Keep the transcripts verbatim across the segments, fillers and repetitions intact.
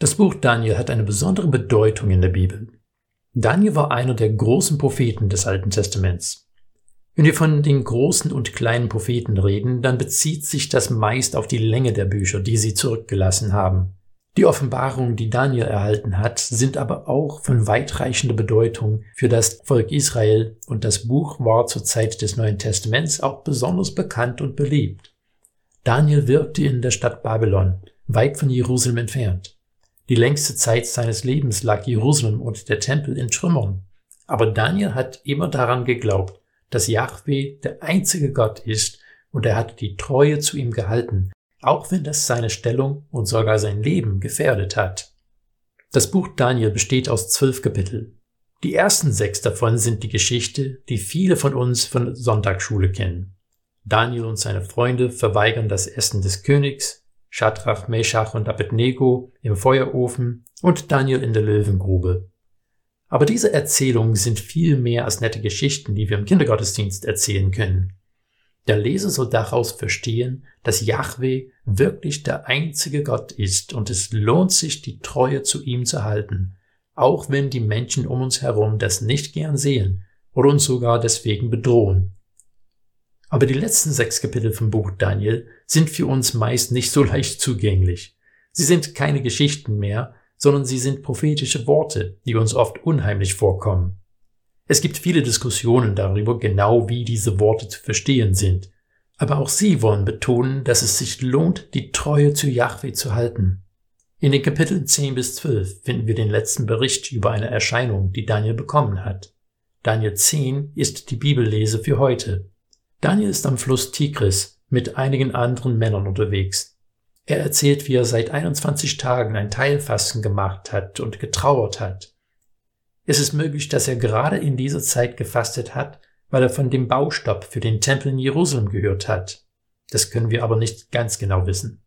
Das Buch Daniel hat eine besondere Bedeutung in der Bibel. Daniel war einer der großen Propheten des Alten Testaments. Wenn wir von den großen und kleinen Propheten reden, dann bezieht sich das meist auf die Länge der Bücher, die sie zurückgelassen haben. Die Offenbarungen, die Daniel erhalten hat, sind aber auch von weitreichender Bedeutung für das Volk Israel, und das Buch war zur Zeit des Neuen Testaments auch besonders bekannt und beliebt. Daniel wirkte in der Stadt Babylon, weit von Jerusalem entfernt. Die längste Zeit seines Lebens lag Jerusalem und der Tempel in Trümmern. Aber Daniel hat immer daran geglaubt, dass Jahwe der einzige Gott ist, und er hat die Treue zu ihm gehalten, auch wenn das seine Stellung und sogar sein Leben gefährdet hat. Das Buch Daniel besteht aus zwölf Kapiteln. Die ersten sechs davon sind die Geschichte, die viele von uns von der Sonntagsschule kennen. Daniel und seine Freunde verweigern das Essen des Königs, Schadrach, Meschach und Abednego im Feuerofen und Daniel in der Löwengrube. Aber diese Erzählungen sind viel mehr als nette Geschichten, die wir im Kindergottesdienst erzählen können. Der Leser soll daraus verstehen, dass Jahwe wirklich der einzige Gott ist, und es lohnt sich, die Treue zu ihm zu halten, auch wenn die Menschen um uns herum das nicht gern sehen oder uns sogar deswegen bedrohen. Aber die letzten sechs Kapitel vom Buch Daniel sind für uns meist nicht so leicht zugänglich. Sie sind keine Geschichten mehr, sondern sie sind prophetische Worte, die uns oft unheimlich vorkommen. Es gibt viele Diskussionen darüber, genau wie diese Worte zu verstehen sind. Aber auch sie wollen betonen, dass es sich lohnt, die Treue zu Jahwe zu halten. In den Kapiteln zehn bis zwölf finden wir den letzten Bericht über eine Erscheinung, die Daniel bekommen hat. Daniel zehn ist die Bibellese für heute. Daniel ist am Fluss Tigris mit einigen anderen Männern unterwegs. Er erzählt, wie er seit einundzwanzig Tagen ein Teilfasten gemacht hat und getrauert hat. Es ist möglich, dass er gerade in dieser Zeit gefastet hat, weil er von dem Baustopp für den Tempel in Jerusalem gehört hat. Das können wir aber nicht ganz genau wissen.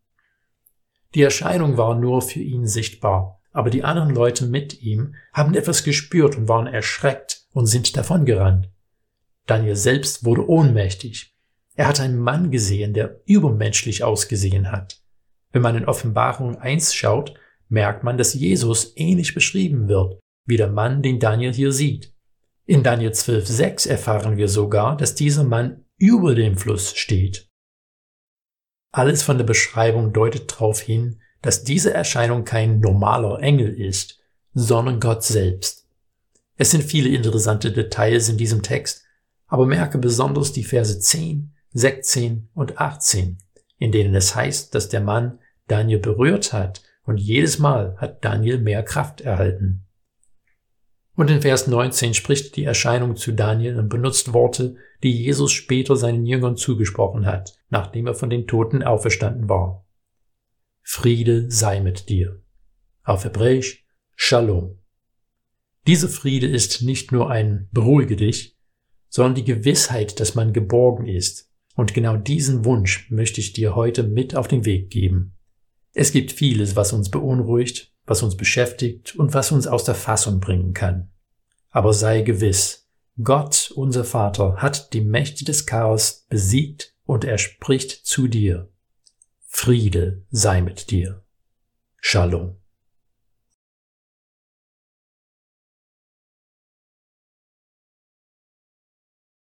Die Erscheinung war nur für ihn sichtbar, aber die anderen Leute mit ihm haben etwas gespürt und waren erschreckt und sind davongerannt. Daniel selbst wurde ohnmächtig. Er hat einen Mann gesehen, der übermenschlich ausgesehen hat. Wenn man in Offenbarung eins schaut, merkt man, dass Jesus ähnlich beschrieben wird, wie der Mann, den Daniel hier sieht. In Daniel zwölf sechs erfahren wir sogar, dass dieser Mann über dem Fluss steht. Alles von der Beschreibung deutet darauf hin, dass diese Erscheinung kein normaler Engel ist, sondern Gott selbst. Es sind viele interessante Details in diesem Text, aber merke besonders die Verse zehn, sechzehn und achtzehn, in denen es heißt, dass der Mann Daniel berührt hat, und jedes Mal hat Daniel mehr Kraft erhalten. Und in Vers neunzehn spricht die Erscheinung zu Daniel und benutzt Worte, die Jesus später seinen Jüngern zugesprochen hat, nachdem er von den Toten auferstanden war. Friede sei mit dir. Auf Hebräisch Shalom. Dieser Friede ist nicht nur ein Beruhige dich, sondern die Gewissheit, dass man geborgen ist. Und genau diesen Wunsch möchte ich dir heute mit auf den Weg geben. Es gibt vieles, was uns beunruhigt, was uns beschäftigt und was uns aus der Fassung bringen kann. Aber sei gewiss, Gott, unser Vater, hat die Mächte des Chaos besiegt und er spricht zu dir. Friede sei mit dir. Shalom.